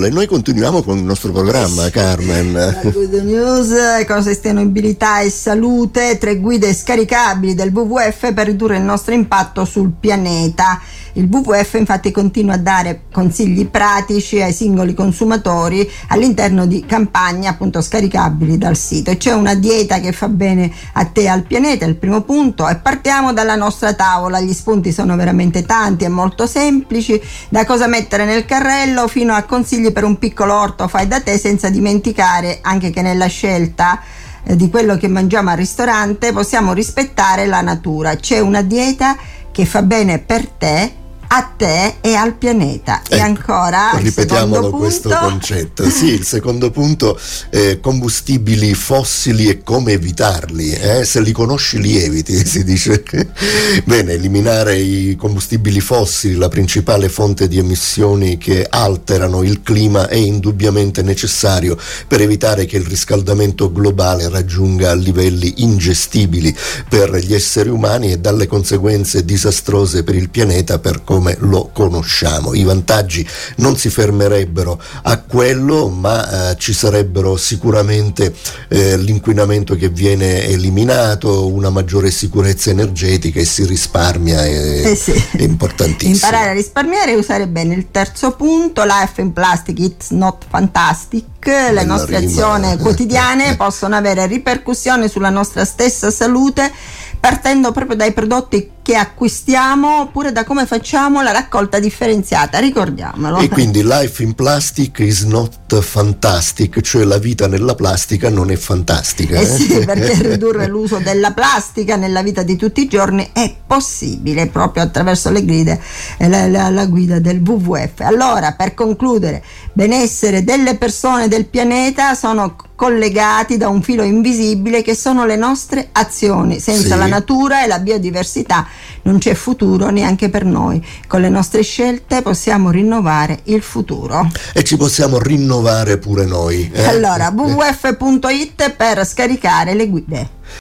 E noi continuiamo con il nostro programma, Carmen. La Good News, ecosostenibilità e salute, 3 guide scaricabili del WWF per ridurre il nostro impatto sul pianeta. Il WWF infatti continua a dare consigli pratici ai singoli consumatori all'interno di campagne appunto scaricabili dal sito. E c'è una dieta che fa bene a te e al pianeta, è il primo punto, e partiamo dalla nostra tavola. Gli spunti sono veramente tanti e molto semplici, da cosa mettere nel carrello fino a consigli per un piccolo orto fai da te, senza dimenticare anche che nella scelta di quello che mangiamo al ristorante possiamo rispettare la natura. C'è una dieta che fa bene per te, a te e al pianeta. E ancora ripetiamolo questo concetto. Sì, il secondo punto, combustibili fossili e come evitarli. Se li conosci li eviti, si dice. Bene, eliminare i combustibili fossili, la principale fonte di emissioni che alterano il clima, è indubbiamente necessario per evitare che il riscaldamento globale raggiunga livelli ingestibili per gli esseri umani e dalle conseguenze disastrose per il pianeta per come lo conosciamo. I vantaggi non si fermerebbero a quello, ma ci sarebbero sicuramente l'inquinamento che viene eliminato, una maggiore sicurezza energetica e si risparmia, è importantissimo. Imparare a risparmiare e usare bene. Il terzo punto, life in plastic it's not fantastic. Le nostre azioni quotidiane possono avere ripercussioni sulla nostra stessa salute, partendo proprio dai prodotti che acquistiamo oppure da come facciamo la raccolta differenziata, ricordiamolo. E quindi life in plastic is not fantastic, cioè la vita nella plastica non è fantastica. Sì, perché ridurre l'uso della plastica nella vita di tutti i giorni è possibile proprio attraverso le guide, la guida del WWF. Allora, per concludere, benessere delle persone, del pianeta sono collegati da un filo invisibile che sono le nostre azioni. Senza la natura e la biodiversità non c'è futuro neanche per noi. Con le nostre scelte possiamo rinnovare il futuro. E ci possiamo rinnovare pure noi. Allora, wwf.it per scaricare le guide.